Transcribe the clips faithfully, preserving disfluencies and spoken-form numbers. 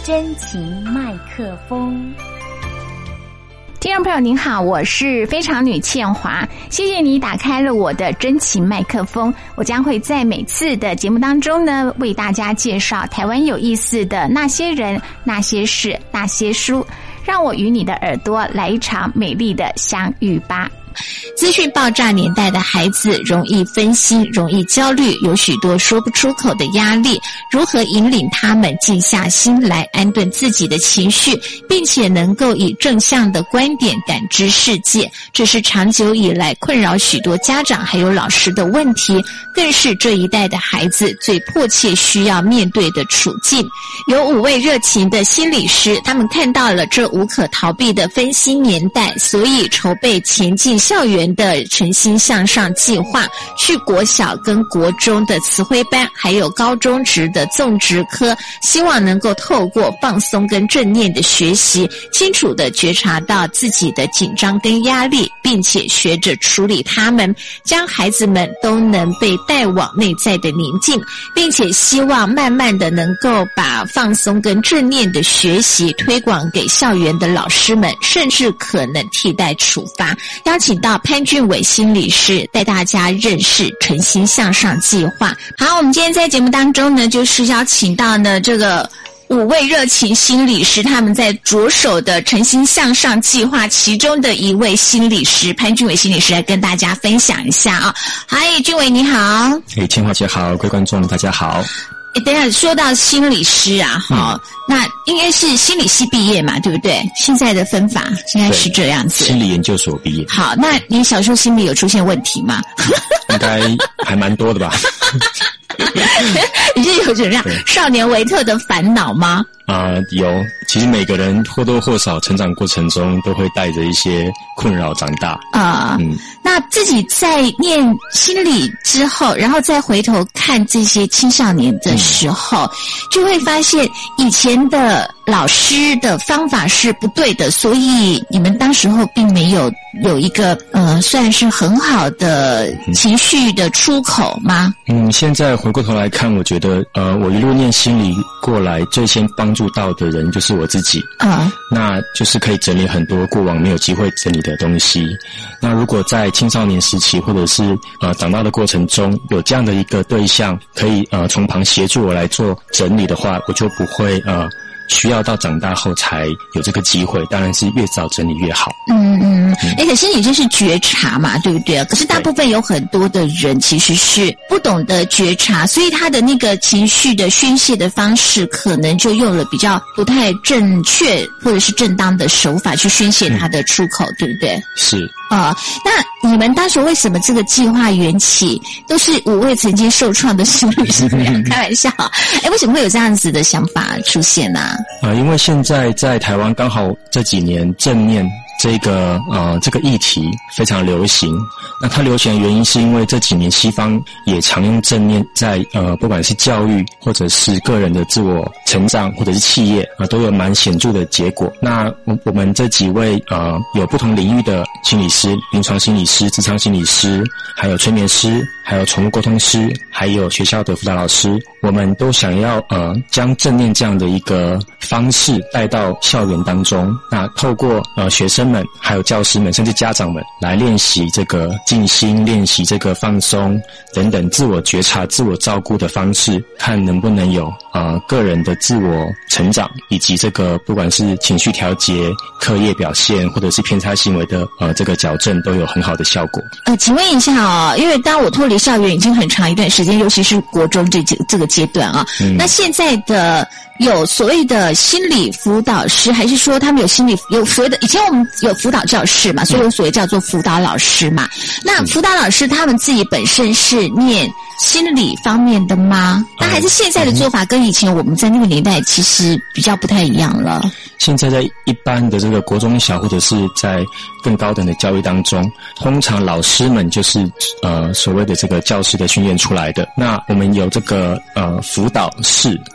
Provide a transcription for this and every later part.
真情麦克风。 听众朋友您好，我是非常女倩华，谢谢你打开了我的真情麦克风。我将会在每次的节目当中呢，为大家介绍台湾有意思的那些人、那些事、那些书，让我与你的耳朵来一场美丽的相遇吧。资讯爆炸年代的孩子容易分心，容易焦虑，有许多说不出口的压力，如何引领他们静下心来安顿自己的情绪，并且能够以正向的观点感知世界，这是长久以来困扰许多家长还有老师的问题，更是这一代的孩子最迫切需要面对的处境。有五位热情的心理师，他们看到了这无可逃避的分心年代，所以筹备前进校园的诚心向上计划，去国小跟国中的词汇班，还有高中职的综职科，希望能够透过放松跟正念的学习，清楚地觉察到自己的紧张跟压力，并且学着处理它们，将孩子们都能被带往内在的宁静，并且希望慢慢的能够把放松跟正念的学习推广给校园的老师们，甚至可能替代处罚。邀请到潘俊伟心理师带大家认识诚心向上计划。好，我们今天在节目当中呢，就是邀请到呢这个五位热情心理师，他们在着手的诚心向上计划其中的一位心理师潘俊伟心理师来跟大家分享一下啊。嗨，俊伟你好。 嘿，千华姐好，各位观众大家好。 诶，等一下，说到心理师啊，哈、嗯，那应该是心理系毕业嘛，对不对？现在的分法应该是这样子。 心理研究所毕业。 好，那你小时候心理有出现问题吗？ 应该还蛮多的吧。 你是有怎么样少年维特的烦恼吗？ 啊、呃，有。其实每个人或多或少成长过程中都会带着一些困扰长大啊、呃。嗯，那自己在念心理之后，然后再回头看这些青少年的时候，嗯、就会发现以前的老师的方法是不对的，所以你们当时候并没有有一个呃算是很好的情绪的出口吗？ 嗯，现在回过头来看，我觉得呃，我一路念心理过来，最先帮助到的人就是我自己啊，那就是可以整理很多过往没有机会整理的东西。那如果在青少年时期或者是呃长大的过程中，有这样的一个对象可以呃从旁协助我来做整理的话，我就不会呃需要到长大后才有这个机会，当然是越早整理越好。 嗯嗯，哎、欸，可是你这是觉察嘛，对不对？可是大部分有很多的人其实是不懂得觉察，所以他的那个情绪的宣泄的方式，可能就用了比较不太正确或者是正当的手法去宣泄他的出口，嗯、对不对？ 是。 啊、呃，那你们当时为什么这个计划缘起都是五位曾经受创的心理师？开玩笑，哎，为什么会有这样子的想法出现呢、啊？ 啊、呃，因为现在在台湾刚好这几年正念这个呃这个议题非常流行。那它流行的原因是因为这几年西方也常用正念在呃不管是教育或者是个人的自我成长或者是企业啊、呃、都有蛮显著的结果。那我我们这几位呃有不同领域的心理师、临床心理师、职场心理师，还有催眠师，还有宠物沟通师，还有学校的辅导老师，我们都想要呃将正念这样的一个方式带到校园当中。那透过呃学生们还有教师们甚至家长们来练习这个静心，练习这个放松等等自我觉察、自我照顾的方式，看能不能有呃个人的自我成长，以及这个不管是情绪调节、课业表现或者是偏差行为的呃这个矫正都有很好的效果。 呃，请问一下哦，因为当我脱离校园已经很长一段时间，尤其是国中这这这个阶段啊，嗯、那现在的有所谓的心理辅导师，还是说他们有心理有所谓的？以前我们有辅导教室嘛，所以有所谓叫做辅导老师嘛。那辅导老师他们自己本身是念心理方面的吗？那还是现在的做法跟以前我们在那个年代其实比较不太一样了？ 现在在一般的这个国中小或者是在更高等的教育当中，通常老师们就是呃所谓的这个教师的训练出来的。那我们有这个呃辅导室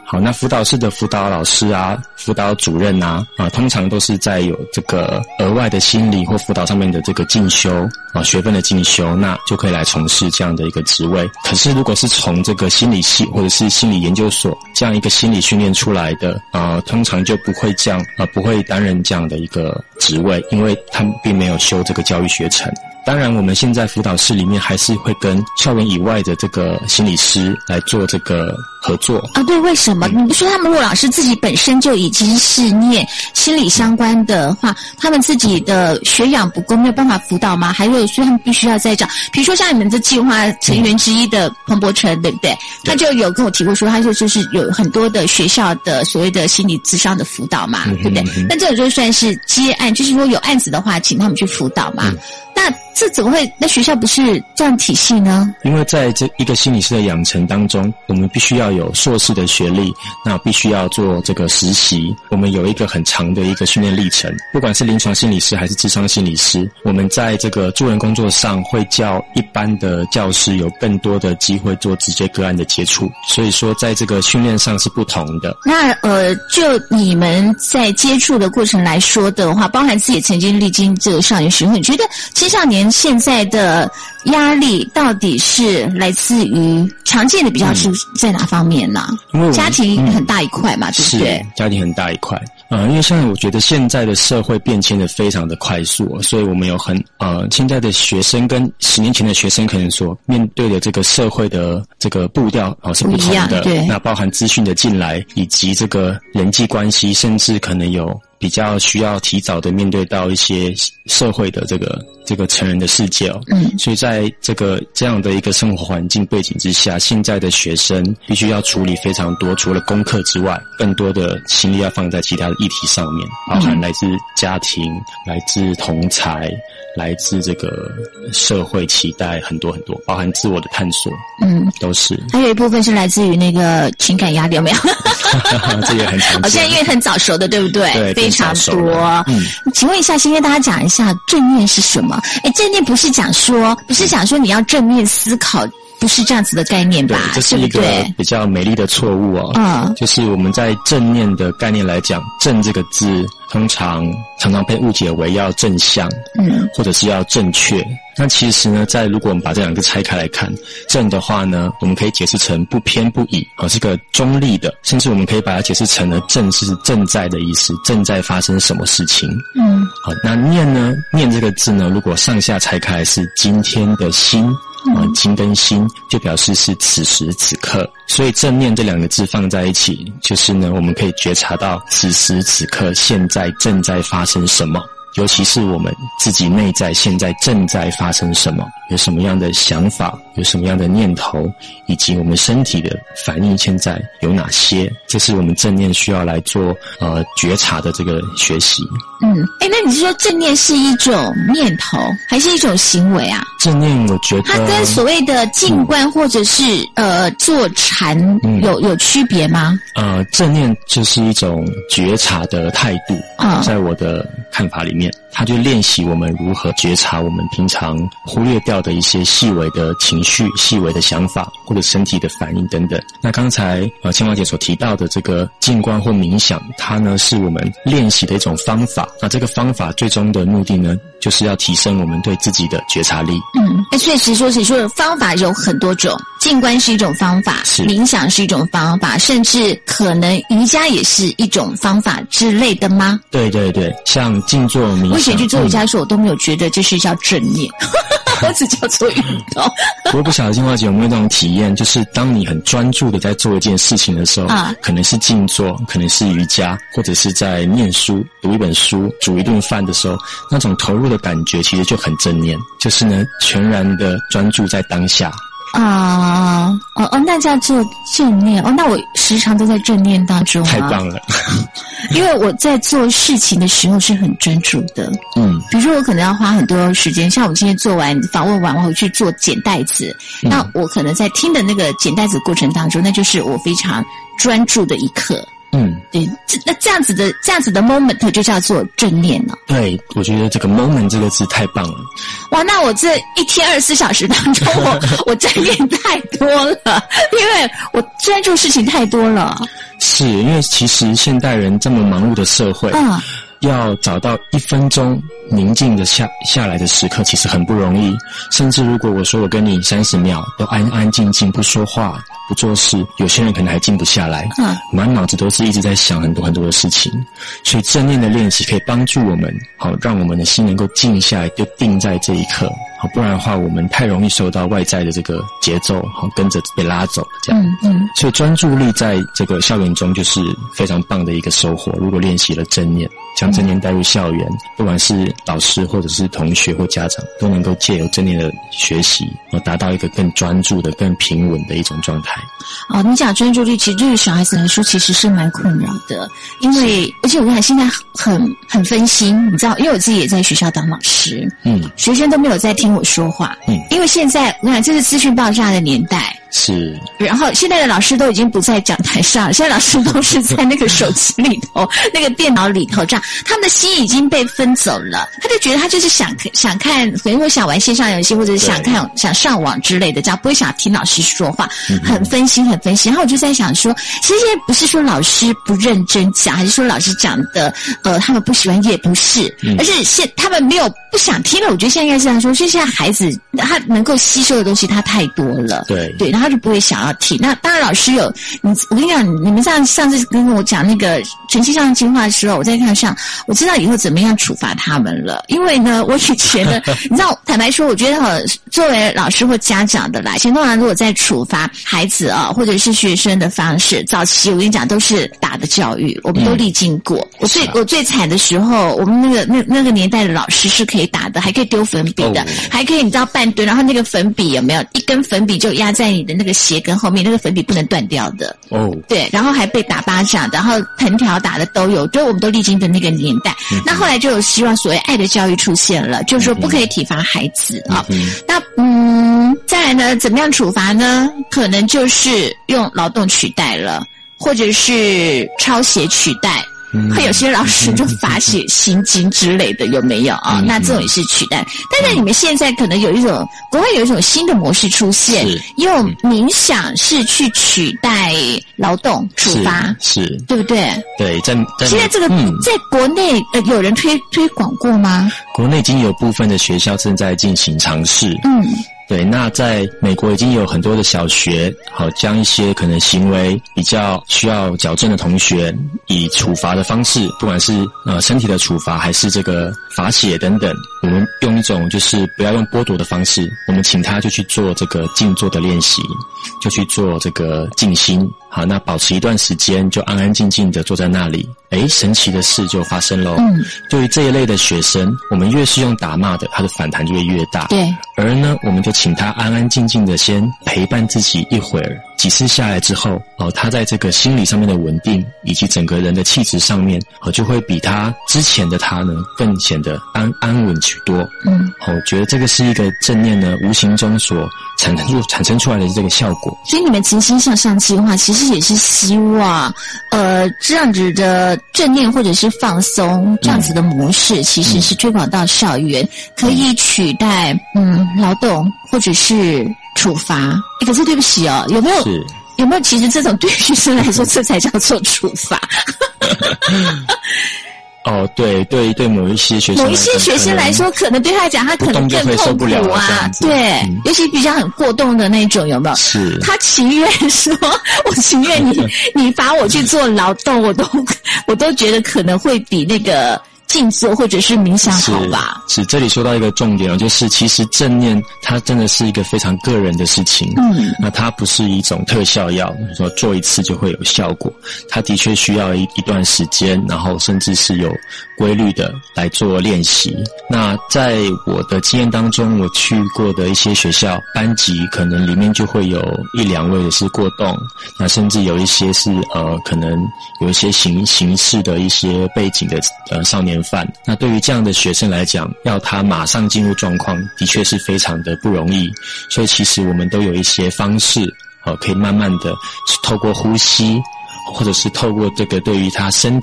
好，那辅导室的辅导老师啊、辅导主任啊，啊，通常都是在有这个额外的心理或辅导上面的这个进修啊，学分的进修，那就可以来从事这样的一个职位。可是如果是从这个心理系或者是心理研究所这样一个心理训练出来的，啊，通常就不会这样啊，不会担任这样的一个职位，因为他们并没有修这个教育学程。当然我们现在辅导室里面还是会跟校园以外的这个心理师来做这个合作啊。对，为什么？你不说他们如果老师自己本身就已经是念心理相关的话，他们自己的学养不够，没有办法辅导吗？还有，所以他们必须要再找，比如说像你们的计划成员之一的彭伯成，对不对？他就有跟我提过说，他就就是有很多的学校的所谓的心理咨商的辅导嘛，嗯、对不对？那这种就算是接案，就是说有案子的话，请他们去辅导嘛。嗯，那这怎么会？那学校不是这样体系呢？因为在这一个心理师的养成当中，我们必须要有硕士的学历，那必须要做这个实习。我们有一个很长的一个训练历程，不管是临床心理师还是諮商心理师，我们在这个助人工作上会较一般的教师有更多的机会做直接个案的接触，所以说在这个训练上是不同的。那呃，就你们在接触的过程来说的话，包含自己也曾经历经这个少年时候，你觉得青少年现在的压力到底是来自于常见的比较是在哪方面呢？因为家庭很大一块嘛，嗯、对不对？是，家庭很大一块。呃，因为现在我觉得现在的社会变迁的非常的快速，所以我们有很呃现在的学生跟十年前的学生可能说面对的这个社会的这个步调啊、呃、是不同的，对，那包含资讯的进来，以及这个人际关系，甚至可能有比较需要提早的面对到一些社会的这个这个成人的世界哦，嗯，所以在这个这样的一个生活环境背景之下，现在的学生必须要处理非常多，除了功课之外，更多的心力要放在其他的议题上面，包含来自家庭、嗯、来自同侪、来自这个社会期待，很多很多，包含自我的探索，嗯，都是。还有一部分是来自于那个情感压力，有没有？这也很常见。好像因为很早熟的，对不对？对，非常多。嗯，请问一下，先跟大家讲一下正念是什么？哎，正念不是讲说，不是讲说你要正面思考。不是这样子的概念吧？对，这是一个比较美丽的错误哦。嗯，就是我们在正念的概念来讲，正这个字通常常常被误解为要正向，嗯，或者是要正确。那其实呢，在如果我们把这两个拆开来看，正的话呢，我们可以解释成不偏不倚，啊，是个中立的，甚至我们可以把它解释成了正是正在的意思，正在发生什么事情。嗯，好，那念呢，念这个字呢，如果上下拆开是今天的心。啊，今跟心就表示是此时此刻，所以正念这两个字放在一起，就是呢，我们可以觉察到此时此刻现在正在发生什么，尤其是我们自己内在现在正在发生什么，有什么样的想法，有什么样的念头，以及我们身体的反应现在有哪些，这是我们正念需要来做呃觉察的这个学习。嗯，诶，那你是说正念是一种念头还是一种行为啊？正念我觉得它跟所谓的静观或者是、嗯、呃坐禅有、嗯、有区别吗？呃，正念就是一种觉察的态度啊，在我的看法里面，它就练习我们如何觉察我们平常忽略掉的一些细微的情绪、细微的想法或者身体的反应等等。那刚才呃千华姐所提到的这个静观或冥想，它呢是我们练习的一种方法。那这个方法最终的目的呢，就是要提升我们对自己的觉察力。嗯，那确实说是说方法有很多种，静观是一种方法，冥想是一种方法，甚至可能瑜伽也是一种方法之类的吗？对对对，像静坐冥想。我以前去做瑜伽的时候，我都没有觉得这是叫正念。我只叫做运动。我不晓得金花姐有没有那种体验，就是当你很专注的在做一件事情的时候，啊，可能是静坐，可能是瑜伽，或者是在念书、读一本书、煮一顿饭的时候，那种投入的感觉其实就很正念，就是呢全然的专注在当下。啊、uh, 哦哦，那叫做正念哦。那我时常都在正念当中、啊，太棒了。因为我在做事情的时候是很专注的。嗯，比如说我可能要花很多时间，像我们今天做完访问完，我回去做剪带子、嗯，那我可能在听的那个剪带子过程当中，那就是我非常专注的一刻。嗯，对，那这样子的这样子的 moment 就叫做正念了。对，我觉得这个 moment 这个字太棒了。哇，那我这一天二十四小时当中，我我正念太多了，因为我专注事情太多了。 是因为其实现代人这么忙碌的社会，嗯，要找到一分钟宁静的下下来的时刻，其实很不容易。甚至如果我说我跟你三十秒都安安静静不说话不做事，有些人可能还静不下来，嗯，满脑子都是一直在想很多很多的事情。所以正念的练习可以帮助我们，好让我们的心能够静下来，就定在这一刻。好，不然的话我们太容易受到外在的这个节奏，好跟着被拉走这样。嗯嗯。所以专注力在这个校园中就是非常棒的一个收获。如果练习了正念，将正念带入校园，不管是老师或者是同学或家长，都能够借由正念的学习，而达到一个更专注的、更平稳的一种状态。 哦，你讲专注力，其实对于小孩子来说其实是蛮困扰的，因为而且我跟你讲，现在很很分心，你知道，因为我自己也在学校当老师，嗯，学生都没有在听我说话，嗯，因为现在我跟你讲，这是资讯爆炸的年代。 是， 然后现在的老师都已经不在讲台上，现在老师都是在那个手机里头、那个电脑里头，这样他们的心已经被分走了。他就觉得他就是想想看，可能会想玩线上游戏，或者是想看想上网之类的，这样不会想听老师说话，很分心，很分心。然后我就在想说，其实不是说老师不认真讲，还是说老师讲的呃他们不喜欢，也不是，而是现他们没有不想听了。我觉得现在应该是这样说，所以现在孩子他能够吸收的东西他太多了，对对。他就不会想要听。那当然老师有你我跟你讲，你们上上次跟我讲那个晨曦上进化的时候，我在看上我知道以后怎么样处罚他们了。因为呢我以前呢你知道坦白说，我觉得作为老师或家长的啦，以前通常如果在处罚孩子啊或者是学生的方式，早期我跟你讲都是打的教育，我们都历经过、嗯、我最我最惨的时候，我们那个那那个年代的老师是可以打的，还可以丢粉笔的、哦、还可以你知道半蹲，然后那个粉笔有没有一根粉笔就压在你的那个鞋跟后面，那个粉笔不能断掉的哦。对，然后还被打巴掌，然后藤条打的都有，就我们都历经的那个年代、嗯、那后来就有希望所谓爱的教育出现了，就是说不可以体罚孩子啊、嗯哦。那嗯再来呢怎么样处罚呢？可能就是用劳动取代了，或者是抄写取代，会有些老师就罚写心经之类的，有没有啊、哦？那这种也是取代。但是你们现在可能有一种国外有一种新的模式出现，用冥想是去取代劳动处罚，是，是对不对？对，在在现在这个、嗯、在国内呃有人推推广过吗？ 国内已经有部分的学校正在进行尝试，嗯。对，那在美国已经有很多的小学，好将一些可能行为比较需要矫正的同学，以处罚的方式，不管是呃身体的处罚还是这个罚写等等，我们用一种就是不要用剥夺的方式，我们请他就去做这个静坐的练习，就去做这个静心。好，那保持一段时间，就安安静静的坐在那里，诶，神奇的事就发生咯。嗯，对于这一类的学生，我们越是用打骂的，他的反弹就会越大。对，而呢，我们就请他安安静静的先陪伴自己一会儿，几次下来之后，哦，他在这个心理上面的稳定，以及整个人的气质上面，哦，就会比他之前的他呢，更显得安安稳许多。嗯，哦，我觉得这个是一个正念呢，无形中所产生出产生出来的这个效果。 所以你们晨曦向上计划其实也是希望，呃，这样子的正念或者是放松这样子的模式，其实是推广到校园，可以取代嗯劳动或者是处罚。欸，可是对不起哦，有没有有没有其实这种对学生来说，这才叫做处罚？ 哦，对对对，某一些学生， 某一些学生来说，可能对他来讲，他可能更痛苦啊。对，嗯、尤其比较很过动的那种，有没有？是。他情愿说，我情愿你你罚我去做劳动，我都我都觉得可能会比那个静坐或者是冥想好吧。 是，是这里说到一个重点哦，就是其实正念它真的是一个非常个人的事情。嗯，那它不是一种特效药，说做一次就会有效果。它的确需要一一段时间，然后甚至是有规律的来做练习。那在我的经验当中，我去过的一些学校班级，可能里面就会有一两位的是过动，那甚至有一些是呃，可能有一些形形式的一些背景的呃少年犯。那对于这样的学生来讲，要他马上进入状况，的确是非常的不容易。所以其实我们都有一些方式，呃，可以慢慢的透过呼吸，或者是透过这个对于他身体，不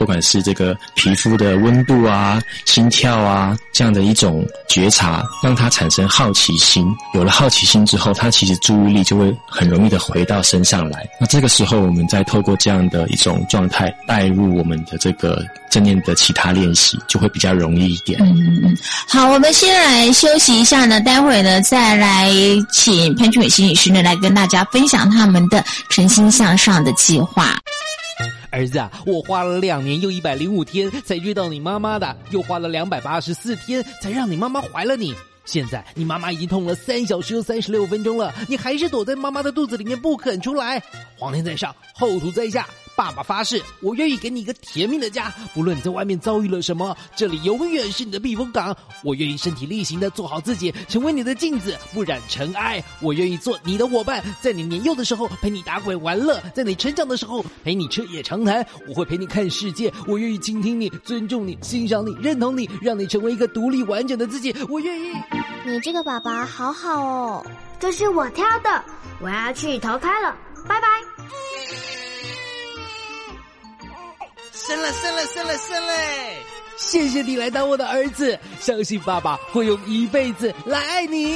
不管是这个皮肤的温度啊、心跳啊这样的一种觉察，让他产生好奇心。有了好奇心之后，他其实注意力就会很容易的回到身上来。那这个时候我们再透过这样的一种状态带入我们的这个正念的其他练习，就会比较容易一点。 嗯嗯，好，我们先来休息一下呢，待会呢再来请潘俊伟心理师呢来跟大家分享他们的诚心向上的计划。 儿子啊，我花了两年又一百零五天才追到你妈妈的，又花了两百八十四天才让你妈妈怀了你。现在你妈妈已经痛了三小时又三十六分钟了，你还是躲在妈妈的肚子里面不肯出来。皇天在上，后土在下，爸爸发誓，我愿意给你一个甜蜜的家，不论你在外面遭遇了什么，这里永远是你的避风港。我愿意身体力行的做好自己，成为你的镜子，不染尘埃。我愿意做你的伙伴，在你年幼的时候陪你打滚玩乐，在你成长的时候陪你彻夜长谈。我会陪你看世界，我愿意倾听你，尊重你，欣赏你，认同你，让你成为一个独立完整的自己。我愿意。 你这个爸爸好好哦，这是我挑的，我要去投胎了，拜拜。 生了生了生了生了，谢谢你来当我的儿子，相信爸爸会用一辈子来爱你。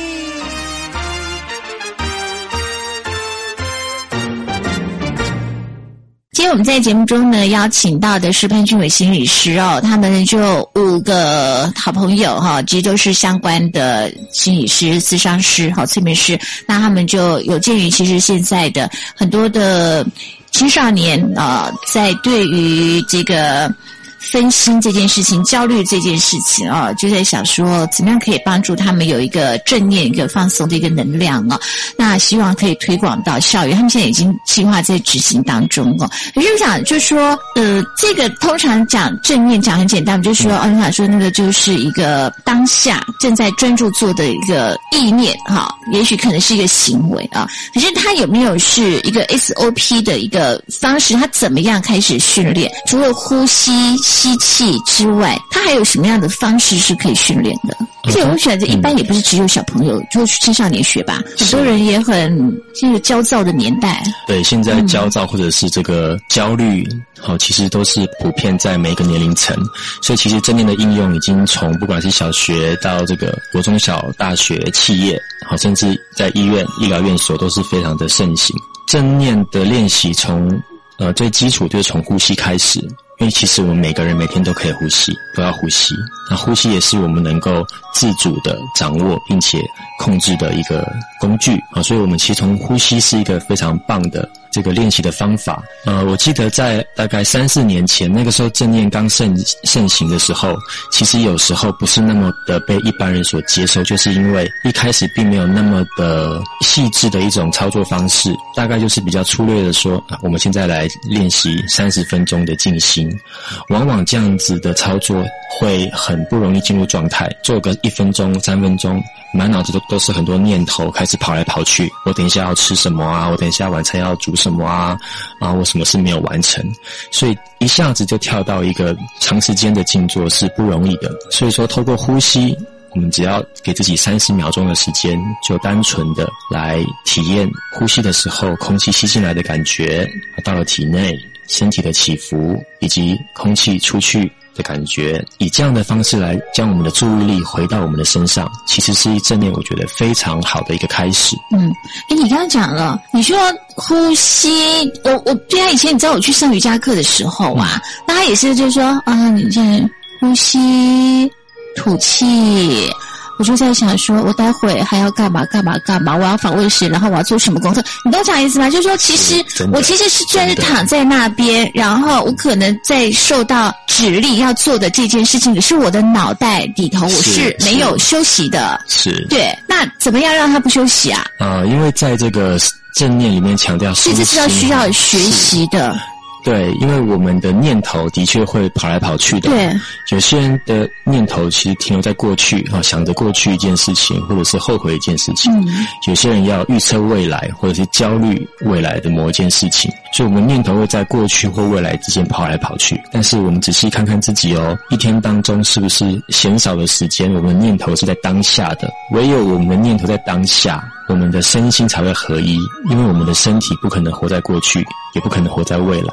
今天我们在节目中呢邀请到的是潘俊伟心理师哦，他们就五个好朋友哈，其实都是相关的心理师、咨商师、哈催眠师，那他们就有鉴于其实现在的很多的青少年啊、呃，在对于这个分心这件事情、焦虑这件事情啊，就在想说怎么样可以帮助他们有一个正念、一个放松的一个能量啊。那希望可以推广到校园，他们现在已经计划在执行当中哦。可是我想就是说，呃，这个通常讲正念讲很简单，就是说，哦，你想说那个就是一个当下正在专注做的一个意念哈，也许可能是一个行为啊。可是它有没有是一个 S O P 的一个方式？它怎么样开始训练？除了呼吸、吸气之外，它还有什么样的方式是可以训练的？而且我选择一般也不是只有小朋友，就是青少年学吧，很多人也很这个焦躁的年代。 对，现在焦躁或者是这个焦虑，好、哦，其实都是普遍在每一个年龄层，所以其实正念的应用已经从不管是小学到这个国中小、大学、企业，好，甚至在医院、医疗院所都是非常的盛行。正念的练习从呃最基础就是从呼吸开始。因为其实我们每个人每天都可以呼吸，都要呼吸。那呼吸也是我们能够自主的掌握并且控制的一个工具啊，所以我们其实从呼吸是一个非常棒的这个练习的方法。呃，我记得在大概三四年前，那个时候正念刚盛盛行的时候，其实有时候不是那么的被一般人所接受，就是因为一开始并没有那么的细致的一种操作方式，大概就是比较粗略的说，啊，我们现在来练习三十分钟的静心。往往这样子的操作会很不容易进入状态，做个一分钟、三分钟，满脑子都都是很多念头开始跑来跑去。我等一下要吃什么啊？我等一下晚餐要煮什么啊？啊，我什么事没有完成？所以一下子就跳到一个长时间的静坐是不容易的。所以说，透过呼吸，我们只要给自己三十秒钟的时间，就单纯的来体验呼吸的时候，空气吸进来的感觉，到了体内身体的起伏，以及空气出去的感觉，以这样的方式来将我们的注意力回到我们的身上，其实是正念我觉得非常好的一个开始。 嗯，诶，你刚刚讲了，你说呼吸，我我对他以前你知道我去上瑜伽课的时候啊，嗯、那他也是就是说啊，你现在呼吸吐气。我就在想说，我待会还要干嘛干嘛干嘛？我要访问谁？然后我要做什么工作？你懂我讲意思吗？就是说，其实我其实是就是躺在那边，然后我可能在受到指令要做的这件事情，可是我的脑袋里头我是没有休息的。 是， 对。那怎么样让他不休息啊？ 啊、呃，因为在这个正念里面强调， 是这是要需要学习的。 对，因为我们的念头的确会跑来跑去的。 对， 有些人的念头其实停留在过去啊，想着过去一件事情，或者是后悔一件事情。嗯，有些人要预测未来，或者是焦虑未来的某一件事情，所以我们念头会在过去或未来之间跑来跑去。但是我们仔细看看自己哦，一天当中是不是鲜少的时间，我们念头是在当下的？唯有我们的念头在当下，我们的身心才会合一，因为我们的身体不可能活在过去，也不可能活在未来。好，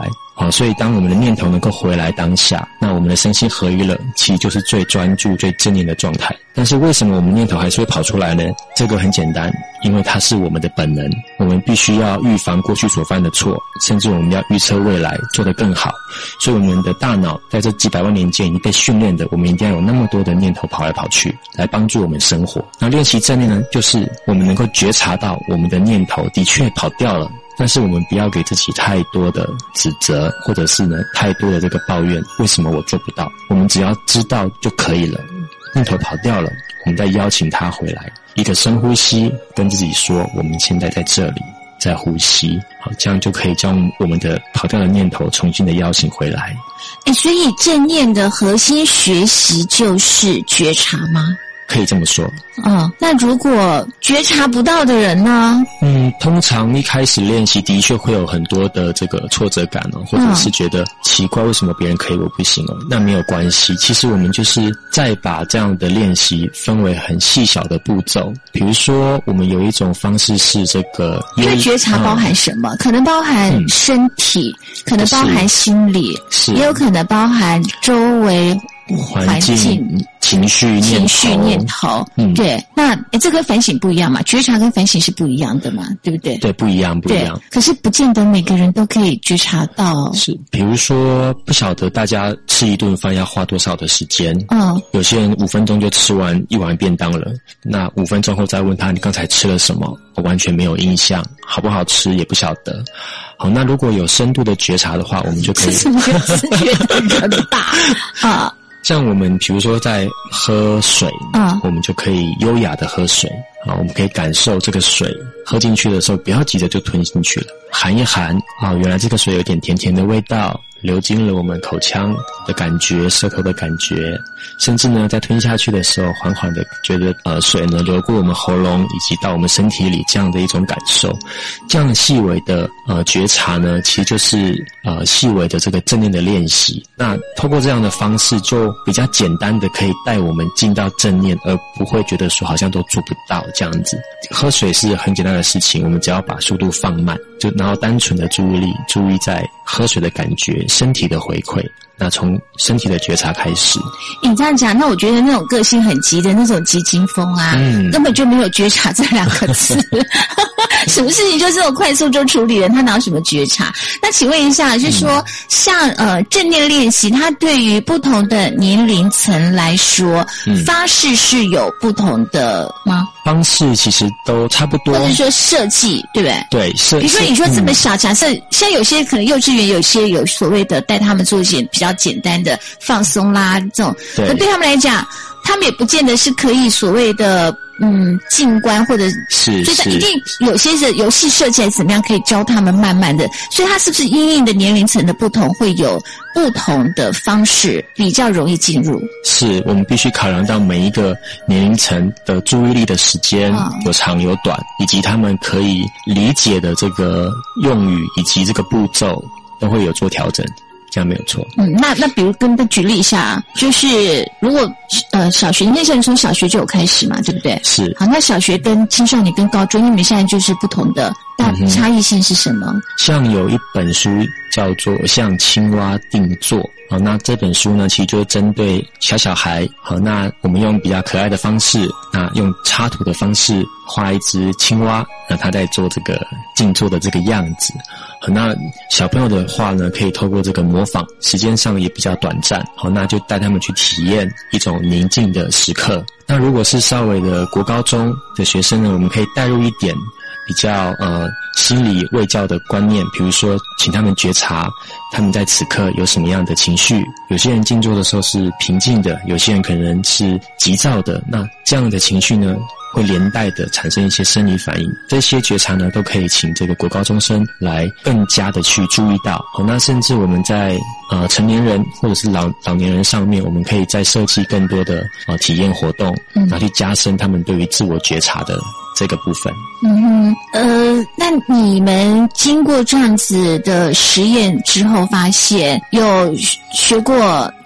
好，所以当我们的念头能够回来当下，那我们的身心合一了，其实就是最专注最正念的状态。但是为什么我们念头还是会跑出来呢？这个很简单，因为它是我们的本能，我们必须要预防过去所犯的错，甚至我们要预测未来做得更好。所以我们的大脑在这几百万年间已经被训练的，我们一定要有那么多的念头跑来跑去，来帮助我们生活。那练习正念呢，就是我们能够觉察到我们的念头的确跑掉了，但是我们不要给自己太多的指责，或者是呢太多的这个抱怨，为什么我做不到？我们只要知道就可以了。念头跑掉了，我们再邀请它回来，一个深呼吸，跟自己说我们现在在这里，在呼吸，好，这样就可以将我们的跑掉的念头重新的邀请回来。 诶，所以正念的核心学习就是觉察吗？ 可以这么说。 哦，那如果觉察不到的人呢？ 嗯，通常一开始练习的确会有很多的这个挫折感哦，或者是觉得奇怪，为什么别人可以我不行哦？那没有关系，其实我们就是再把这样的练习分为很细小的步骤。比如说，我们有一种方式是这个， 因为觉察包含什么？嗯、可能包含身体，嗯、可能包含心理， 是也有可能包含周围环境、 情绪、念头、 情绪、念头，嗯，对。那这跟反省不一样嘛？觉察跟反省是不一样的嘛？对不对？ 对，不一样，不一样。 可是不见得每个人都可以觉察到。 是，比如说，不晓得大家吃一顿饭要花多少的时间？ 嗯， 有些人五分钟就吃完一碗便当了，那五分钟后再问他你刚才吃了什么，我完全没有印象，好不好吃也不晓得。好，那如果有深度的觉察的话，我们就可以。 这是一个自觉的人大啊。 像我们比如说在喝水， 嗯， 我们就可以优雅的喝水，啊，我们可以感受这个水喝进去的时候，不要急着就吞进去了，含一含，啊，原来这个水有点甜甜的味道，流进了我们口腔的感觉，舌头的感觉，甚至呢在吞下去的时候，缓缓的觉得呃水呢流过我们喉咙以及到我们身体里这样的一种感受，这样细微的呃觉察呢，其实就是呃细微的这个正念的练习。那透过这样的方式，就比较简单的可以带我们进到正念，而不会觉得说好像都做不到这样子。喝水是很简单的事情，我们只要把速度放慢，就然后单纯的注意力注意在喝水的感觉，身体的回馈，那从身体的觉察开始。 你这样讲，那我觉得那种个性很急的那种急惊风啊，嗯，根本就没有觉察这两个字。什么事情就这种快速就处理了，他哪有什么觉察？那请问一下，是说、嗯、像呃正念练习，它对于不同的年龄层来说，嗯、方式是有不同的吗？ 方式其实都差不多， 或者说设计，对不对？ 对，设。 比如说你说这么小，嗯、假设现在有些可能幼稚园有些有所谓的带他们做一些比较简单的放松啦，这种，那对他们来讲，他们也不见得是可以所谓的嗯静观或者是， 所以一定有些的游戏设计来怎么样可以教他们慢慢的，所以它是不是因应的年龄层的不同，会有不同的方式比较容易进入？ 是我们必须考量到每一个年龄层的注意力的时间、哦、有长有短，以及他们可以理解的这个用语以及这个步骤都会有做调整。这样没有错。 嗯，那那比如跟他举例一下，就是如果呃小学，那些人从小学就有开始嘛，对不对？ 是。好， 那小学跟青少年跟高中，因为你们现在就是不同的，那差异性是什么？嗯、 像有一本书叫做《像青蛙定做》。好，那这本书呢，其实就针对小小孩。好，那我们用比较可爱的方式，那用插图的方式画一只青蛙，那他在做这个静坐的这个样子。好，那小朋友的话呢，可以透过这个模仿，时间上也比较短暂。好，那就带他们去体验一种宁静的时刻。那如果是稍微的国高中的学生呢，我们可以带入一点比较呃心理卫教的观念，比如说请他们觉察他们在此刻有什么样的情绪，有些人静坐的时候是平静的，有些人可能是急躁的，那这样的情绪呢会连带的产生一些生理反应，这些觉察呢都可以请这个国高中生来更加的去注意到。好，那甚至我们在呃成年人或者是老老年人上面，我们可以再设计更多的呃体验活动，嗯，来去加深他们对于自我觉察的这个部分。 嗯哼，呃，那你们经过这样子的实验之后，发现有学过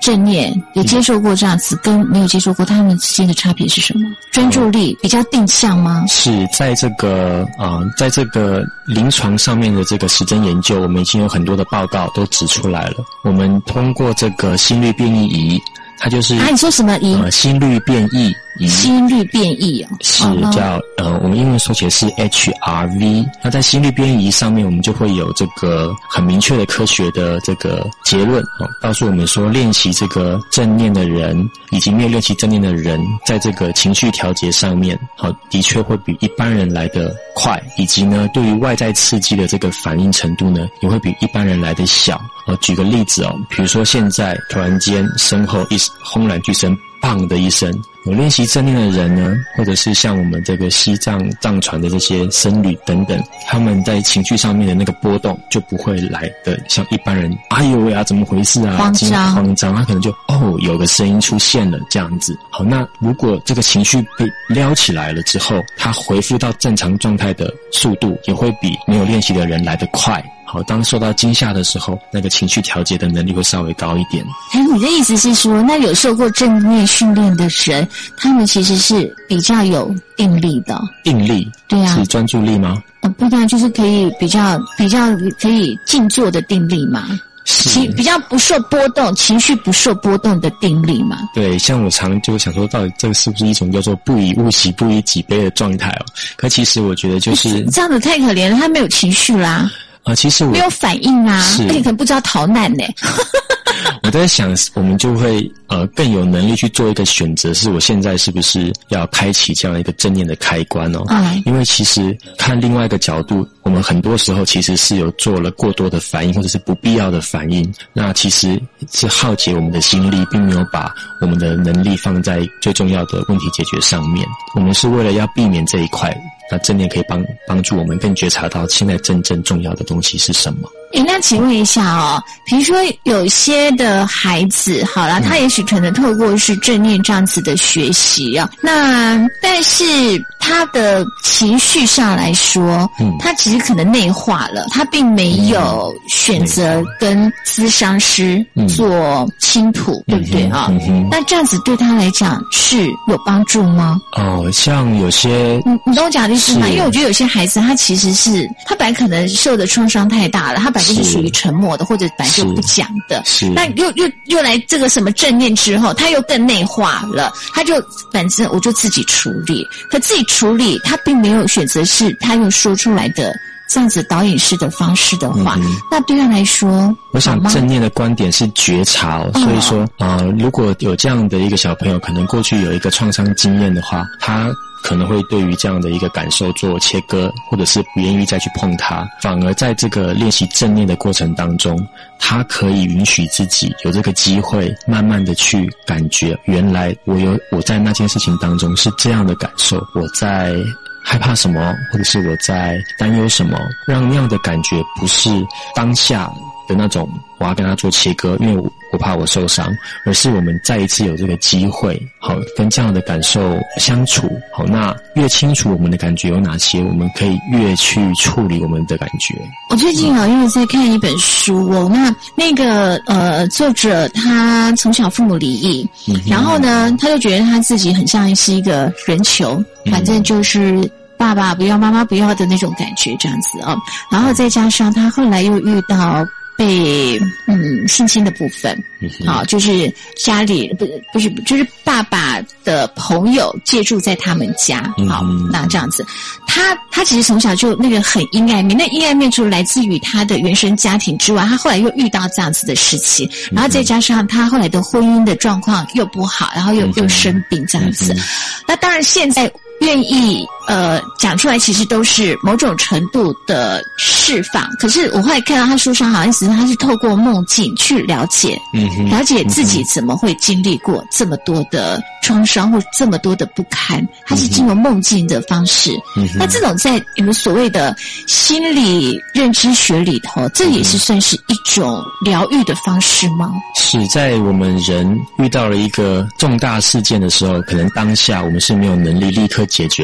正念，有接受过这样子，跟没有接受过，他们之间的差别是什么？专注力比较定向吗？ 是在这个呃，在这个临床上面的这个实证研究，我们已经有很多的报告都指出来了。我们通过这个心率变异仪，它就是啊，你说什么仪？ 呃，心率变异仪， 心率变异哦， 是叫呃，我们英文缩写是 H R V。那在心率变异仪上面，我们就会有这个很明确的科学的这个结论哦，告诉我们说，练习这个正念的人以及没有练习正念的人，在这个情绪调节上面，好、哦，的确会比一般人来得快，以及呢，对于外在刺激的这个反应程度呢，也会比一般人来得小。哦，举个例子哦，比如说现在突然间身后一轰然巨声，砰的一声，有练习正念的人呢，或者是像我们这个西藏藏传的这些僧侣等等，他们在情绪上面的那个波动就不会来的像一般人，哎呦喂啊，怎么回事啊？ 慌张， 慌张，他可能就哦，有个声音出现了这样子。好，那如果这个情绪被撩起来了之后，他恢复到正常状态的速度也会比没有练习的人来得快。好，当受到惊吓的时候，那个情绪调节的能力会稍微高一点。 哎，你的意思是说，那有受过正念训练的人，他们其实是比较有定力的。 定力？ 对啊。 是专注力吗？ 呃，不然就是可以比较比较可以静坐的定力嘛。情比较不受波动，情绪不受波动的定力嘛。 对，像我常就想说，到底这个是不是一种叫做不以物喜，不以己悲的状态哦？可其实我觉得就是这样子太可怜了，他没有情绪啦。 啊、呃，其实我没有反应啊，而且可能不知道逃难呢。 我在想，我们就会呃更有能力去做一个选择，是我现在是不是要开启这样一个正念的开关哦？嗯，因为其实看另外一个角度，我们很多时候其实是有做了过多的反应，或者是不必要的反应，那其实是耗竭我们的心力，并没有把我们的能力放在最重要的问题解决上面。我们是为了要避免这一块，那正念可以帮帮助我们更觉察到现在真正重要的东西是什么。 诶，那请问一下哦，比如说有些的孩子，好啦，他也许可能透过是正念这样子的学习啊，那但是他的情绪上来说，嗯，他其实可能内化了，他并没有选择跟咨商师做倾吐，嗯、对不对啊、嗯嗯？那这样子对他来讲是有帮助吗？ 哦，像有些， 你你懂我讲的意思吗？因为我觉得有些孩子他其实是他本来可能受的创伤太大了，他本来就是属于沉默的，或者本来就不讲的，是那又又又来这个什么正念之后，他又更内化了，他就反正我就自己处理，可自己处理他并没有选择是他用说出来的这样子导演式的方式的话、嗯、那对他来说， 我想正念的观点是觉察、哦、所以说啊、呃，如果有这样的一个小朋友可能过去有一个创伤经验的话，他可能会对于这样的一个感受做切割，或者是不愿意再去碰它，反而在这个练习正念的过程当中，他可以允许自己有这个机会慢慢的去感觉，原来我有我在那件事情当中是这样的感受，我在害怕什么，或者是我在担忧什么，让那样的感觉不是当下的那种我要跟他做切割，因为我我怕我受伤，而是我们再一次有这个机会，好跟这样的感受相处，好，那越清楚我们的感觉有哪些，我们可以越去处理我们的感觉。 我最近啊，因为在看一本书哦，那那个呃作者他从小父母离异、嗯，然后呢，他就觉得他自己很像是一个人球，反正就是爸爸不要妈妈不要的那种感觉这样子啊、哦，然后再加上他后来又遇到被嗯性侵的部分，好、嗯，就是家里不不是就是爸爸的朋友借住在他们家，好、嗯，那这样子，他他其实从小就那个很阴暗面，那阴暗面除了来自于他的原生家庭之外，他后来又遇到这样子的事情，然后再加上他后来的婚姻的状况又不好，然后又、嗯、又生病这样子，嗯、那当然现在愿意呃讲出来，其实都是某种程度的释放。可是我后来看到他书上好像是他是透过梦境去了解，嗯，了解自己怎么会经历过这么多的创伤或这么多的不堪，他是经由梦境的方式。嗯，那这种在你们所谓的心理认知学里头，这也是算是一种疗愈的方式吗？ 是在我们人遇到了一个重大事件的时候，可能当下我们是没有能力立刻解决的，而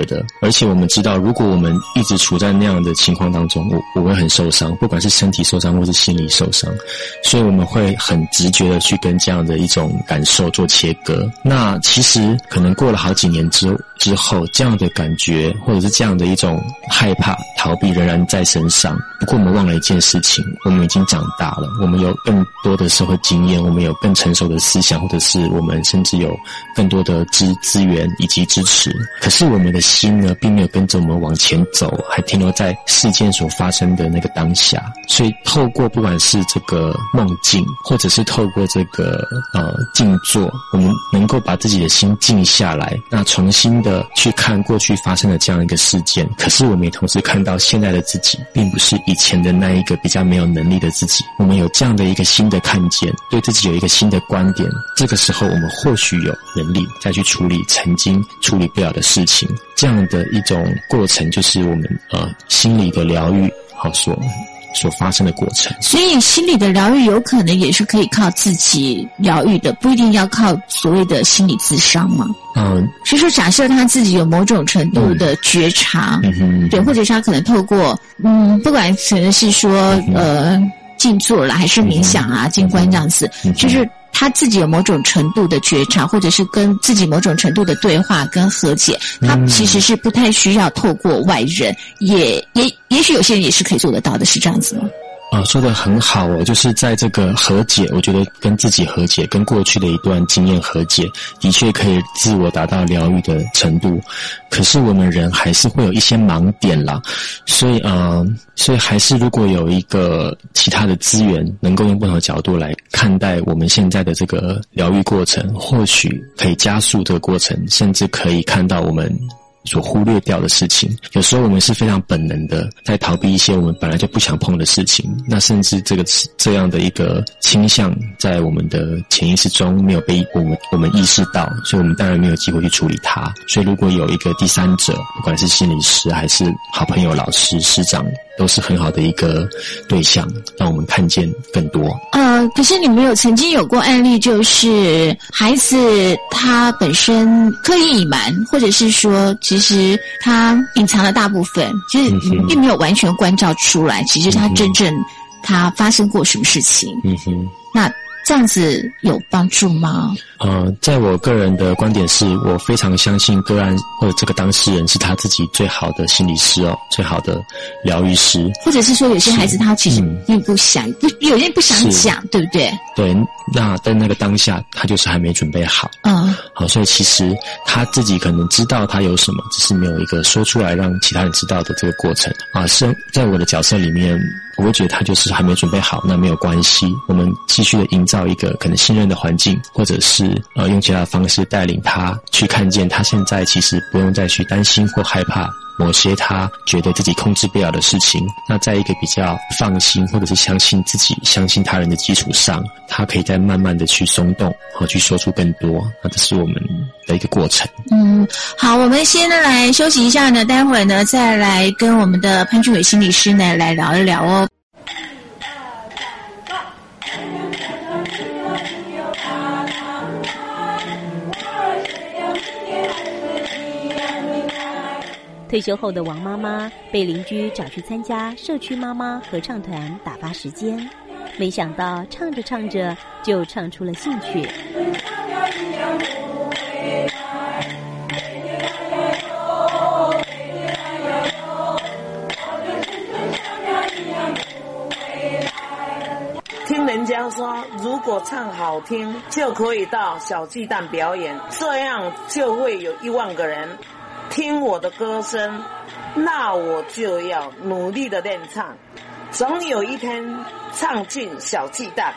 而且我们知道，如果我们一直处在那样的情况当中，我我会很受伤，不管是身体受伤或是心理受伤，所以我们会很直觉的去跟这样的一种感受做切割。那其实可能过了好几年之之后，这样的感觉或者是这样的一种害怕逃避仍然在身上。不过我们忘了一件事情，我们已经长大了，我们有更多的社会经验，我们有更成熟的思想，或者是我们甚至有更多的资资源以及支持。可是我们的心呢，并没有跟着我们往前走，还停留在事件所发生的那个当下。所以透过不管是这个梦境，或者是透过这个呃静坐，我们能够把自己的心静下来，那重新的去看过去发生的这样一个事件。可是我们也同时看到现在的自己并不是以前的那一个比较没有能力的自己，我们有这样的一个新的看见，对自己有一个新的观点。这个时候我们或许有能力再去处理曾经处理不了的事情。这样的一种过程就是我们呃心理的疗愈好所所发生的过程。 所以心理的疗愈有可能也是可以靠自己疗愈的，不一定要靠所谓的心理咨商嘛。嗯，所以说假设他自己有某种程度的觉察，嗯哼，对，或者是他可能透过嗯，不管可能是说、嗯、呃静坐啦，还是冥想啊、静观这样子，嗯、就是他自己有某种程度的觉察，或者是跟自己某种程度的对话跟和解，他其实是不太需要透过外人，也也也许有些人也是可以做得到的，是这样子吗？ 啊、呃，说得很好哦，就是在这个和解，我觉得跟自己和解，跟过去的一段经验和解，的确可以自我达到疗愈的程度。可是我们人还是会有一些盲点啦，所以呃，所以还是如果有一个其他的资源，能够用不同的角度来看待我们现在的这个疗愈过程，或许可以加速这个过程，甚至可以看到我们所忽略掉的事情。有时候我们是非常本能的在逃避一些我们本来就不想碰的事情，那甚至这个这样的一个倾向在我们的潜意识中没有被我们我们意识到，所以我们当然没有机会去处理它。所以如果有一个第三者，不管是心理师还是好朋友、老师、师长，都是很好的一个对象，让我们看见更多。 呃，可是你们有曾经有过案例，就是孩子他本身刻意隐瞒，或者是说其实他隐藏了大部分，其实并没有完全关照出来，其实他真正他发生过什么事情。嗯哼，那这样子有帮助吗？ 呃，在我个人的观点是，我非常相信个案或者这个当事人是他自己最好的心理师哦，最好的疗愈师。 或者是说有些孩子他其实并不想，不、嗯、有些不想讲，对不对？ 对，那在那个当下他就是还没准备好。嗯，好，所以其实他自己可能知道他有什么，只是没有一个说出来让其他人知道的这个过程啊。是在我的角色里面，我会觉得他就是还没准备好，那没有关系，我们继续的营造一个可能信任的环境，或者是呃用其他的方式带领他去看见他现在其实不用再去担心或害怕某些他觉得自己控制不了的事情。那在一个比较放心或者是相信自己、相信他人的基础上，他可以再慢慢的去松动，好去说出更多。那这是我们的一个过程。 嗯，好，我们先呢来休息一下呢，待会儿呢再来跟我们的潘俊伟心理师呢来聊一聊哦。 退休后的王妈妈被邻居找去参加社区妈妈合唱团打发时间，没想到唱着唱着就唱出了兴趣。 听人家说，如果唱好听，就可以到小巨蛋表演，这样就会有一万个人听我的歌声，那我就要努力的练唱，总有一天唱进小巨蛋。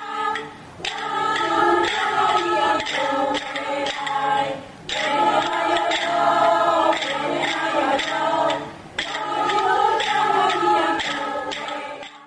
节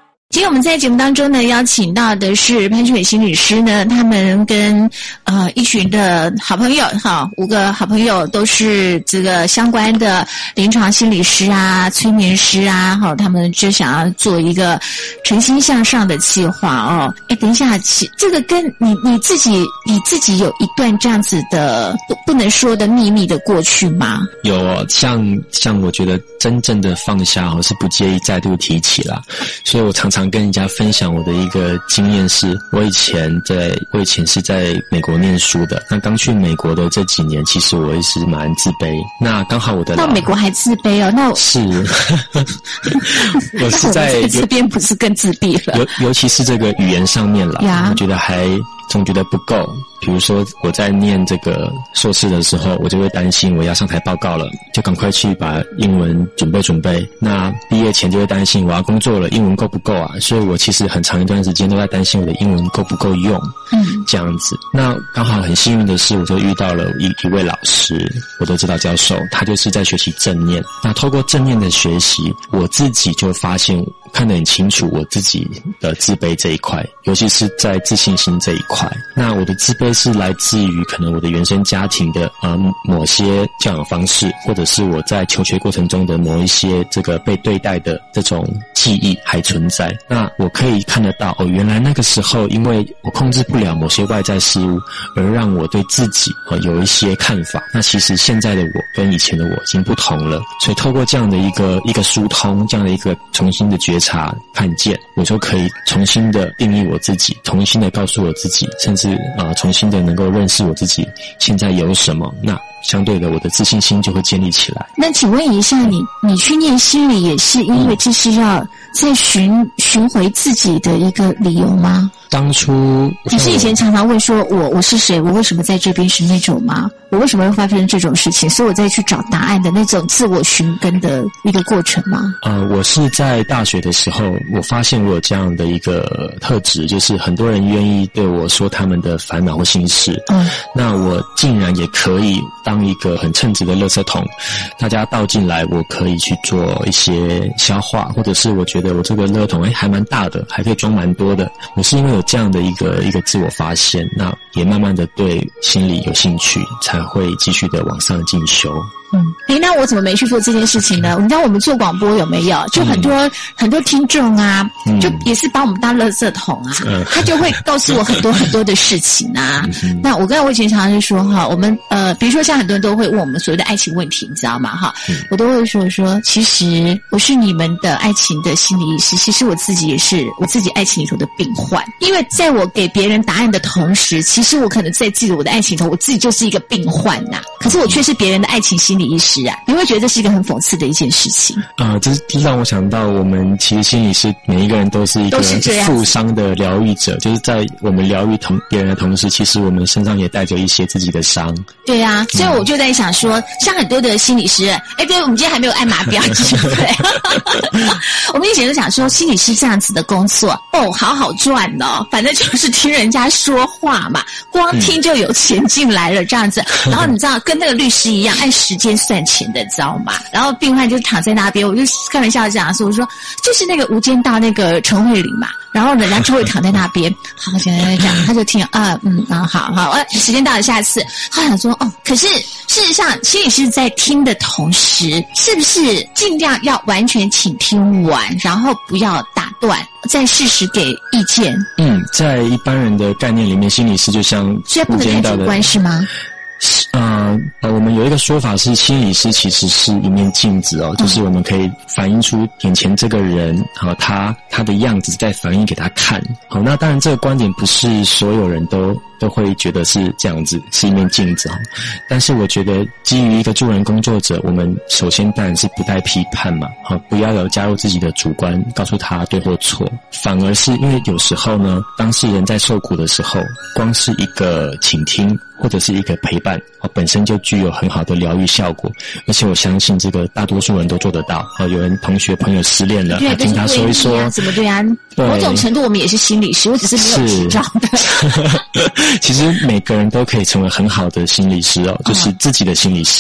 天我们在节目当中呢，邀请到的是潘俊伟心理师呢，他们跟呃一群的好朋友哈，五个好朋友都是这个相关的临床心理师啊、催眠师啊，哈，他们就想要做一个诚心向上的计划哦。哎，等一下，这个跟你你自己你自己有一段这样子的不不能说的秘密的过去吗？ 有哦，像像我觉得真正的放下，我是不介意再度提起啦。所以我常常跟人家分享我的一个经验是，我以前在我以前是在美国念书的。那刚去美国的这几年，其实我也是蛮自卑。那刚好我的到美国还自卑哦？那我是我是在在这边不是更自闭了？ 尤尤其是这个语言上面啦，我觉得还总觉得不够。比如说我在念这个硕士的时候，我就会担心我要上台报告了，就赶快去把英文准备准备。那毕业前就会担心我要工作了，英文够不够啊？所以我其实很长一段时间都在担心我的英文够不够用，嗯，这样子。那刚好很幸运的是，我就遇到了一一位老师，我的指导教授，他就是在学习正念。那透过正念的学习，我自己就发现看得很清楚我自己的自卑这一块，尤其是在自信心这一块。那我的自卑是来自于可能我的原生家庭的呃某些教养方式，或者是我在求学过程中的某一些这个被对待的这种记忆还存在。那我可以看得到哦，原来那个时候因为我控制不了某些外在事物，而让我对自己呃有一些看法。那其实现在的我跟以前的我已经不同了，所以透过这样的一个一个疏通，这样的一个重新的觉察看见，我就可以重新的定义我自己，重新的告诉我自己，甚至啊、呃、重新的能够认识我自己现在有什么。那相对的，我的自信心就会建立起来。 那请问一下，你你去念心理也是因为这是要再寻寻回自己的一个理由吗？ 当初你是以前常常问说我我是谁，我为什么在这边是那种吗？我为什么会发生这种事情？所以我再去找答案的那种自我寻根的一个过程吗？ 呃，我是在大学的时候，我发现我有这样的一个特质，就是很多人愿意对我说他们的烦恼或心事，嗯，那我竟然也可以当一个很称职的垃圾桶，大家倒进来，我可以去做一些消化，或者是我觉得我这个垃圾桶哎还蛮大的，还可以装蛮多的。我是因为有这样的一个一个自我发现，那也慢慢的对心理有兴趣，才会继续的往上进修。 嗯，诶，那我怎么没去做这件事情呢？你知道我们做广播有没有？就很多、嗯、很多听众啊，嗯、就也是把我们当垃圾桶啊，嗯、他就会告诉我很多很多的事情啊。嗯、那我刚才我以前常常就说哈，我们呃，比如说像很多人都会问我们所谓的爱情问题，你知道吗？哈、嗯，我都会说说，其实我是你们的爱情的心理医师，其实我自己也是我自己爱情里头的病患，因为在我给别人答案的同时，其实我可能在自己我的爱情里头，我自己就是一个病患呐、啊，可是我却是别人的爱情心理医师啊，你会觉得这是一个很讽刺的一件事情啊、呃？这这让我想到，我们其实心理师每一个人都是一个负伤的疗愈者，就是在我们疗愈同别人的同时，其实我们身上也带着一些自己的伤。 对啊，所以我就在想说，嗯、像很多的心理师，哎，对，我们今天还没有按码表机会。我们以前就想说，心理师这样子的工作，哦，好好赚哦，反正就是听人家说话嘛，光听就有钱进来了这样子。嗯、然后你知道，跟那个律师一样，按时间算钱的，知道吗？然后病患就躺在那边，我就开玩笑讲说，我说就是那个《无间道》那个陈慧琳嘛，然后人家就会躺在那边，好，现在这样，他就听啊，嗯啊，好好，呃，时间到了，下次他想说，哦，可是事实上，心理师在听的同时，是不是尽量要完全倾听完，然后不要打断，再适时给意见？ 嗯，在一般人的概念里面，心理师就像无间道的， 主观是吗？ 呃呃，我们有一个说法是，心理师其实是一面镜子哦，就是我们可以反映出眼前这个人，好，他他的样子再反映给他看。好，那当然这个观点不是所有人都都会觉得是这样子，是一面镜子哈。但是我觉得，基于一个助人工作者，我们首先当然是不带批判嘛，好，不要有加入自己的主观，告诉他对或错，反而是因为有时候呢，当事人在受苦的时候，光是一个倾听或者是一个陪伴，哦，本身就具有很好的疗愈效果。而且我相信这个大多数人都做得到。哦，有人同学朋友失恋了，还听他说一说， 怎么对啊？某种程度我们也是心理师，我只是没有执照的。 其实每个人都可以成为很好的心理师哦，就是自己的心理师哦。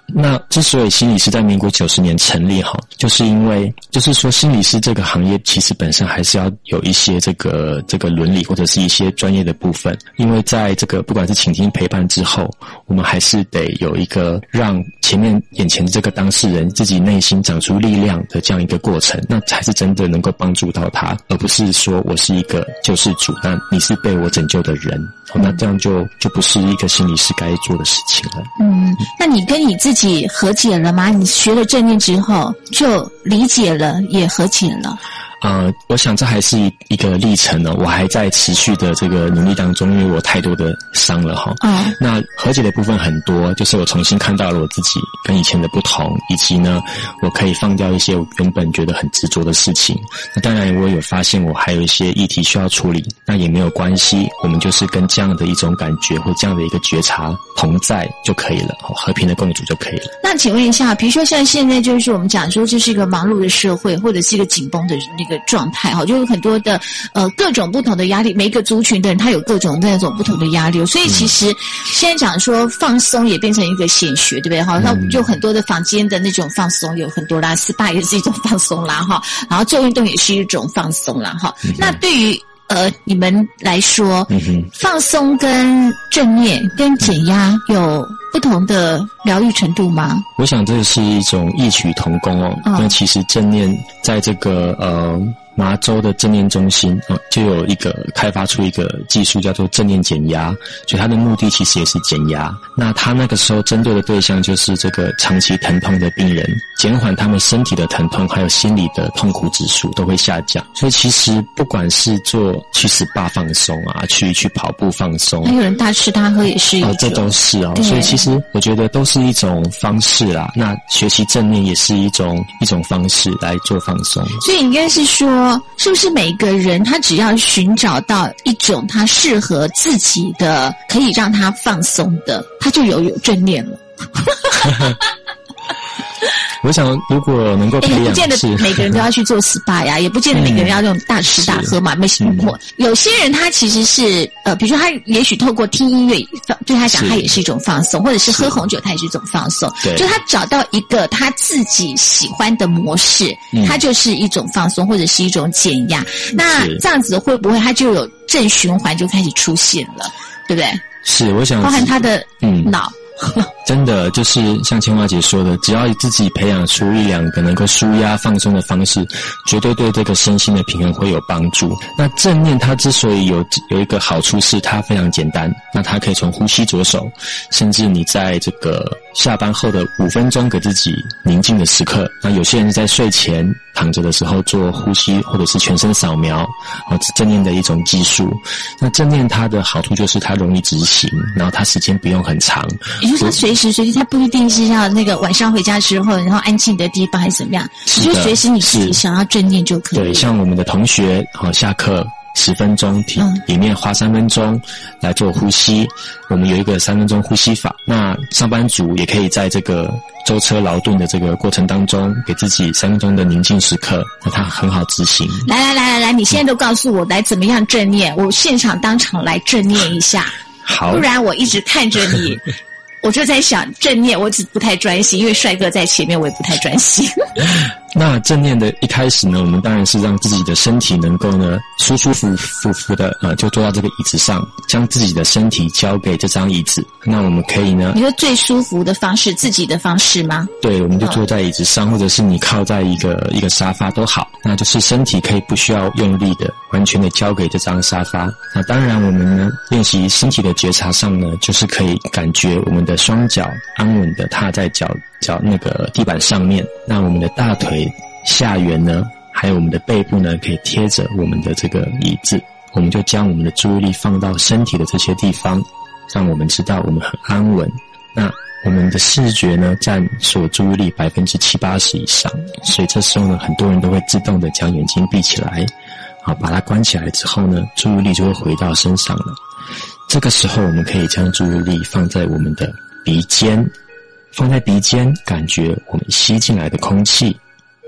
那之所以心理师在民国九十年成立哈，就是因为就是说心理师这个行业其实本身还是要有一些这个这个伦理或者是一些专业的部分，因为在这个不管是倾听陪伴之后，我们还是得有一个让前面眼前的这个当事人自己内心长出力量的这样一个过程，那才是真的能够帮助到他，而不是说我是一个救世主，那你是被我拯救的人，哦、那这样就就不是一个心理师该做的事情了。 嗯，那你跟你自己和解了吗？你学了正念之后就理解了，也和解了。 呃，我想这还是一个历程呢，我还在持续的这个努力当中，因为我太多的伤了哈。嗯。那和解的部分很多，就是我重新看到了我自己跟以前的不同，以及呢，我可以放掉一些我原本觉得很执着的事情。那当然，我有发现我还有一些议题需要处理，那也没有关系，我们就是跟这样的一种感觉或这样的一个觉察同在就可以了，和平的共处就可以了。 那请问一下，比如说像现在就是我们讲说这是一个忙碌的社会，或者是一个紧绷的那个状态哈，就有很多的呃各种不同的压力，每一个族群的人他有各种那种不同的压力，所以其实现在讲说放松也变成一个显学，对不对哈？那就很多的坊间的那种放松有很多啦 ，S P A 也是一种放松啦哈，然后做运动也是一种放松啦哈。那对于呃你们来说，放松跟正念跟减压有不同的疗愈程度吗？ 我想这是一种异曲同工哦。那、嗯、其实正念在这个呃麻州的正念中心啊、呃，就有一个开发出一个技术叫做正念减压，所以它的目的其实也是减压。那他那个时候针对的对象就是这个长期疼痛的病人，减缓他们身体的疼痛，还有心理的痛苦指数都会下降。所以其实不管是做去 S P A 放松啊，去去跑步放松， 还有人大吃大喝也是一种， 哦，这都是哦。所以其实我觉得都是一种方式啦。那学习正念也是一种一种方式来做放松。 所以应该是说，是不是每个人他只要寻找到一种他适合自己的，可以让他放松的，他就有有正念了。 我想如果能够培养， 也不见得每个人都要去做 S P A 呀，也不见得每个人要用大吃大喝嘛，没什么。有些人他其实是呃，比如说他也许透过听音乐，对他讲他也是一种放松，或者是喝红酒，他也是一种放松。就他找到一个他自己喜欢的模式，他就是一种放松，或者是一种减压。那这样子会不会他就有正循环就开始出现了，对不对？ 是，我想包含他的脑。 真的就是像千花姐说的，只要自己培养出一两个能够舒压放松的方式，绝对对这个身心的平衡会有帮助。那正念它之所以有有一个好处是它非常简单，那它可以从呼吸着手，甚至你在这个下班后的五分钟给自己宁静的时刻，那有些人在睡前躺着的时候做呼吸或者是全身扫描，啊，正念的一种技术。那正念它的好处就是它容易执行，然后它时间不用很长， 也就是它随时随地，它不一定是要那个晚上回家之后然后安静的地方还是怎么样，你就随时你自己想要正念就可以。 对，像我们的同学好、哦、下课十分钟体里面花三分钟来做呼吸，我们有一个三分钟呼吸法。那上班族也可以在这个舟车劳顿的这个过程当中，给自己三分钟的宁静时刻，那它很好执行。 来来来来来，你现在都告诉我来怎么样正念，我现场当场来正念一下。 好， 不然我一直看着你。我就在想正念，我只不太专心，因为帅哥在前面，我也不太专心。 那正念的一开始呢，我们当然是让自己的身体能够呢舒舒服服服的呃，就坐到这个椅子上，将自己的身体交给这张椅子。那我们可以呢， 你说最舒服的方式，自己的方式吗？ 对，我们就坐在椅子上，或者是你靠在一个一个沙发都好。那就是身体可以不需要用力的，完全的交给这张沙发。那当然，我们呢练习身体的觉察上呢，就是可以感觉我们的双脚安稳的踏在脚脚那个地板上面。那我们的大腿下缘呢，还有我们的背部呢，可以贴着我们的这个椅子，我们就将我们的注意力放到身体的这些地方，让我们知道我们很安稳。那我们的视觉呢，占所注意力百分之七八十以上，所以这时候呢，很多人都会自动的将眼睛闭起来，好，把它关起来之后呢，注意力就会回到身上了。这个时候，我们可以将注意力放在我们的鼻尖，放在鼻尖，感觉我们吸进来的空气。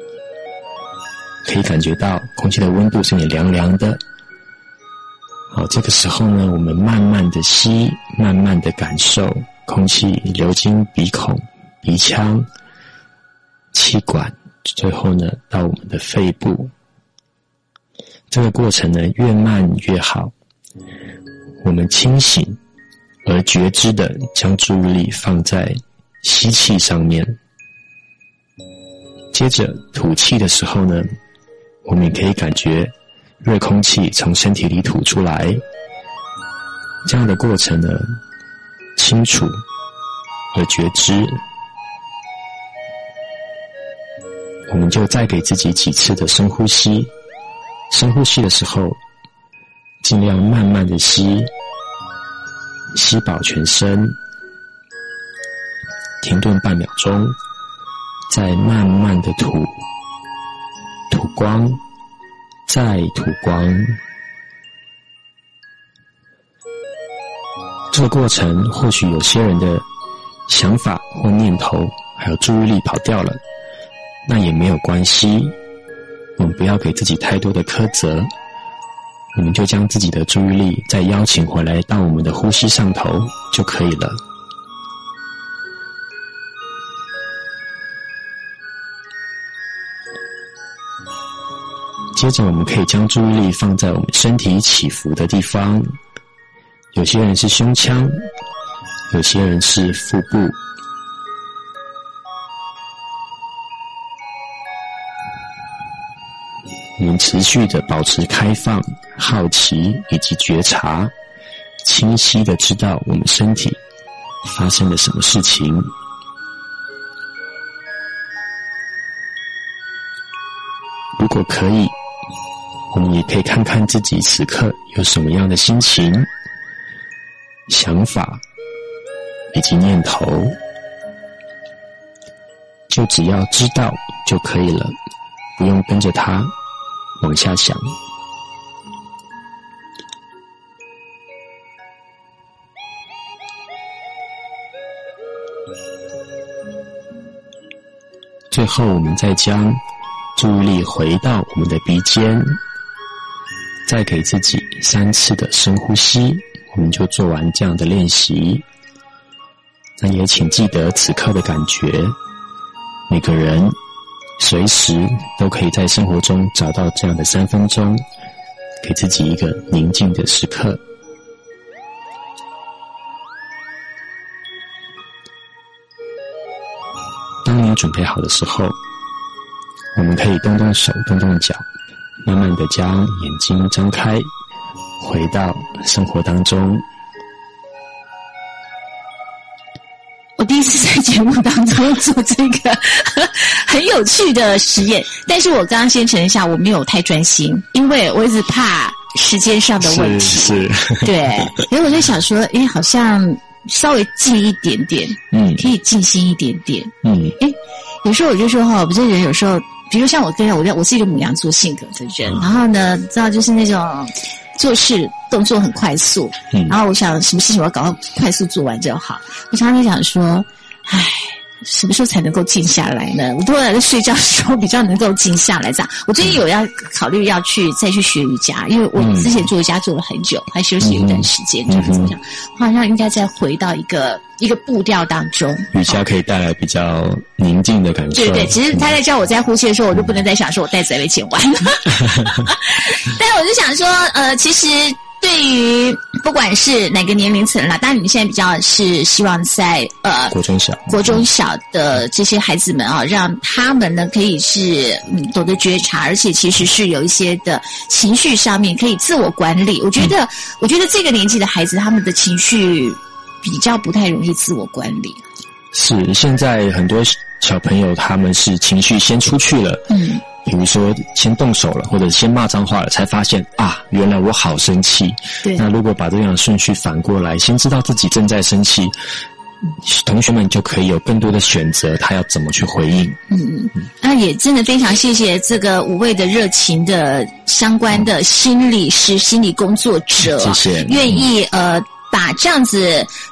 可以感觉到空气的温度是你凉凉的。好，这个时候呢，我们慢慢的吸，慢慢的感受空气流经鼻孔， 鼻腔、气管，最后呢到我们的肺部。这个过程呢越慢越好，我们清醒而觉知的将注意力放在吸气上面。接着吐气的时候呢，我们也可以感觉热空气从身体里吐出来。这样的过程呢，清楚而觉知。我们就再给自己几次的深呼吸。深呼吸的时候，尽量慢慢的吸，吸饱全身，停顿半秒钟，再慢慢的吐，吐光，再吐光。这个过程或许有些人的想法或念头还有注意力跑掉了，那也没有关系，我们不要给自己太多的苛责，我们就将自己的注意力再邀请回来到我们的呼吸上头就可以了。接着我们可以将注意力放在我们身体起伏的地方，有些人是胸腔，有些人是腹部。我们持续的保持开放、好奇以及觉察，清晰的知道我们身体发生了什么事情。如果可以，我们也可以看看自己此刻有什么样的心情、想法以及念头，就只要知道就可以了，不用跟着它往下想。最后我们再将注意力回到我们的鼻尖，再给自己三次的深呼吸，我们就做完这样的练习。那也请记得此刻的感觉，每个人随时都可以在生活中找到这样的三分钟，给自己一个宁静的时刻。当你准备好的时候，我们可以动动手，动动脚，慢慢的将眼睛张开，回到生活当中。 我第一次在节目当中做这个很有趣的实验，但是我刚刚先承认一下，我没有太专心，因为我一直怕时间上的问题。 是是。对， 所以我就想说，诶，好像稍微静一点点，嗯，可以静心一点点，嗯，诶，有时候我就说哈，我这人有时候，比如像我跟我我是一个牡羊座性格的人，然后呢，知道就是那种做事动作很快速，嗯，然后我想什么事情我要赶快快速做完就好。我常常想说，唉，什么时候才能够静下来呢？我都在睡觉的时候比较能够静下来。这样，我最近有要考虑要去再去学瑜伽，因为我之前做瑜伽做了很久，还休息一段时间，这样子，我好像应该再回到一个一个步调当中。 瑜伽可以带来比较宁静的感受。 对对，只是他在叫我在呼吸的时候，我就不能再想说我袋子还没捡完。但是我就想说，呃，其实对于不管是哪个年龄层啦，当然你们现在比较是希望在呃国中小国中小的这些孩子们啊，让他们呢可以是嗯懂得觉察，而且其实是有一些的情绪上面可以自我管理。我觉得，嗯、我觉得这个年纪的孩子，他们的情绪比较不太容易自我管理。 是，现在很多小朋友他们是情绪先出去了，嗯。比如说先动手了，或者先骂脏话了，才发现啊，原来我好生气。对。那如果把这样的顺序反过来，先知道自己正在生气，同学们就可以有更多的选择，他要怎么去回应。 嗯嗯嗯。那也真的非常谢谢这个五位的热情的相关的心理师、心理工作者， 谢谢， 愿意呃。把这样子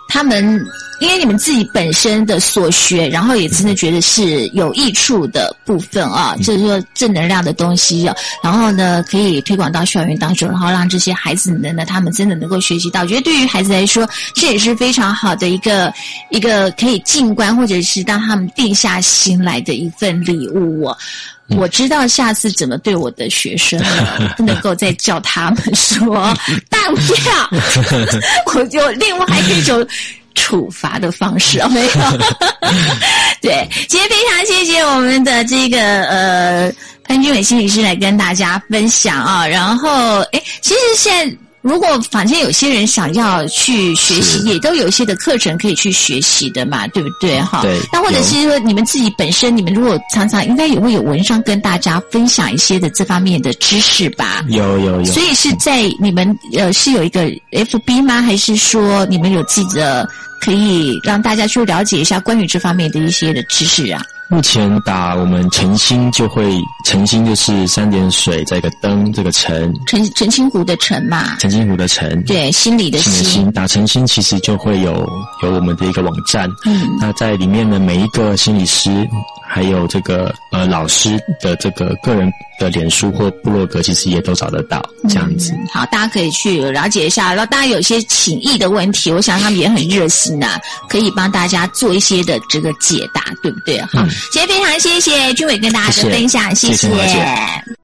他们因为你们自己本身的所学，然后也真的觉得是有益处的部分啊，嗯、就是说正能量的东西啊，然后呢可以推广到校园当中，然后让这些孩子们呢，他们真的能够学习到。我觉得对于孩子来说，这也是非常好的一个一个可以静观，或者是让他们定下心来的一份礼物哦。我知道下次怎么对我的学生不能够再叫他们说当票，我就另外一种处罚的方式没有。对，今天非常谢谢我们的这个呃潘君伟心理师来跟大家分享啊。然后诶其实现在如果坊间有些人想要去学习，也都有一些的课程可以去学习的嘛，对不对哈？对。那或者是说你们自己本身，你们如果常常应该也会有文章跟大家分享一些的这方面的知识吧？有有有。所以是在你们呃是有一个 F B 吗？还是说你们有自己的可以让大家去了解一下关于这方面的一些的知识啊？ 目前打我们澄清就会，澄清就是三点水再一个灯这个澄， 澄澄清湖的澄嘛， 澄清湖的澄， 对，心理的心，心打澄清其实就会有有我们的一个网站，嗯，那在里面呢，每一个心理师还有这个呃老师的这个个人的脸书或部落格，其实也都找得到这样子。 嗯、好，大家可以去了解一下。然后大家有些情谊的问题，我想他们也很热心呐、啊，可以帮大家做一些的这个解答，对不对？好。嗯今天非常谢谢君伟跟大家的分享，谢谢。谢谢。